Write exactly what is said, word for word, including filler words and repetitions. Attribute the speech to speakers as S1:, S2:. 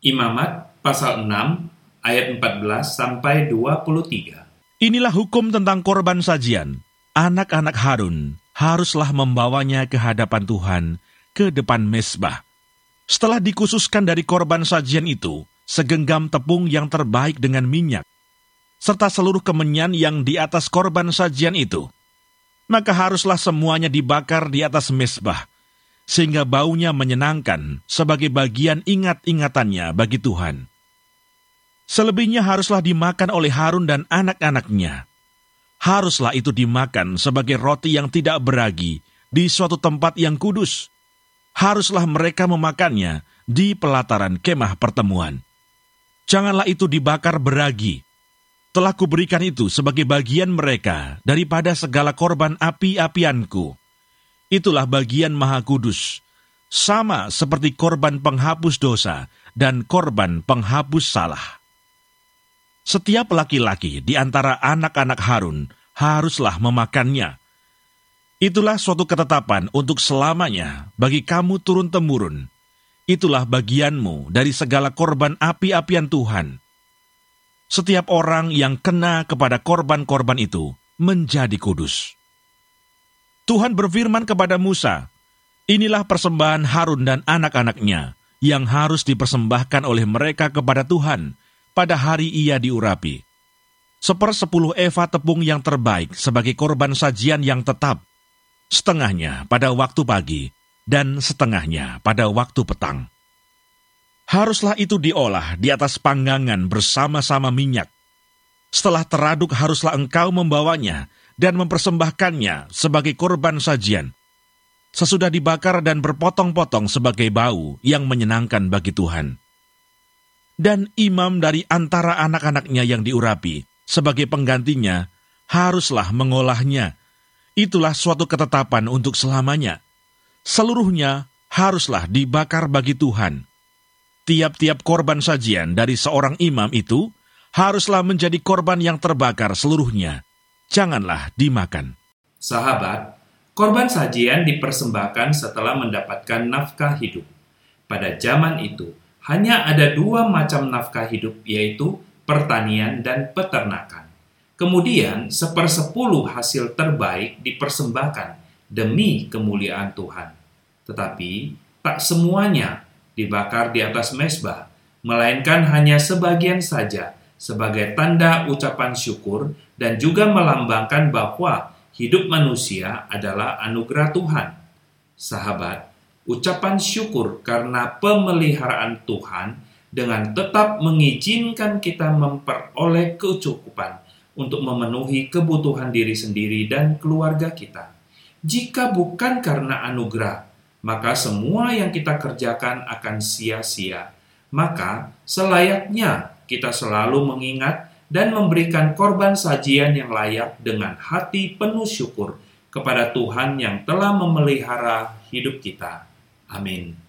S1: Imamat pasal enam ayat empat belas sampai dua puluh tiga.
S2: Inilah hukum tentang korban sajian. Anak-anak Harun haruslah membawanya ke hadapan Tuhan, ke depan mezbah. Setelah dikhususkan dari korban sajian itu, segenggam tepung yang terbaik dengan minyak, serta seluruh kemenyan yang di atas korban sajian itu, maka haruslah semuanya dibakar di atas mezbah, sehingga baunya menyenangkan sebagai bagian ingat-ingatannya bagi Tuhan. Selebihnya haruslah dimakan oleh Harun dan anak-anaknya. Haruslah itu dimakan sebagai roti yang tidak beragi di suatu tempat yang kudus. Haruslah mereka memakannya di pelataran kemah pertemuan. Janganlah itu dibakar beragi. Telah kuberikan itu sebagai bagian mereka daripada segala korban api-apianku. Itulah bagian maha kudus, sama seperti korban penghapus dosa dan korban penghapus salah. Setiap laki-laki di antara anak-anak Harun haruslah memakannya. Itulah suatu ketetapan untuk selamanya bagi kamu turun-temurun. Itulah bagianmu dari segala korban api-apian Tuhan. Setiap orang yang kena kepada korban-korban itu menjadi kudus. Tuhan berfirman kepada Musa, inilah persembahan Harun dan anak-anaknya yang harus dipersembahkan oleh mereka kepada Tuhan pada hari ia diurapi. Sepersepuluh eva tepung yang terbaik sebagai korban sajian yang tetap, setengahnya pada waktu pagi dan setengahnya pada waktu petang. Haruslah itu diolah di atas panggangan bersama-sama minyak. Setelah teraduk haruslah engkau membawanya dan mempersembahkannya sebagai korban sajian, sesudah dibakar dan berpotong-potong sebagai bau yang menyenangkan bagi Tuhan. Dan imam dari antara anak-anaknya yang diurapi sebagai penggantinya haruslah mengolahnya. Itulah suatu ketetapan untuk selamanya. Seluruhnya haruslah dibakar bagi Tuhan. Tiap-tiap korban sajian dari seorang imam itu haruslah menjadi korban yang terbakar seluruhnya. Janganlah dimakan.
S1: Sahabat, korban sajian dipersembahkan setelah mendapatkan nafkah hidup. Pada zaman itu, hanya ada dua macam nafkah hidup, yaitu pertanian dan peternakan. Kemudian, sepersepuluh hasil terbaik dipersembahkan demi kemuliaan Tuhan. Tetapi, tak semuanya dibakar di atas mezbah, melainkan hanya sebagian saja sebagai tanda ucapan syukur dan juga melambangkan bahwa hidup manusia adalah anugerah Tuhan. Sahabat, ucapan syukur karena pemeliharaan Tuhan dengan tetap mengizinkan kita memperoleh kecukupan untuk memenuhi kebutuhan diri sendiri dan keluarga kita. Jika bukan karena anugerah, maka semua yang kita kerjakan akan sia-sia. Maka selayaknya kita selalu mengingat dan memberikan korban sajian yang layak dengan hati penuh syukur kepada Tuhan yang telah memelihara hidup kita. Amin.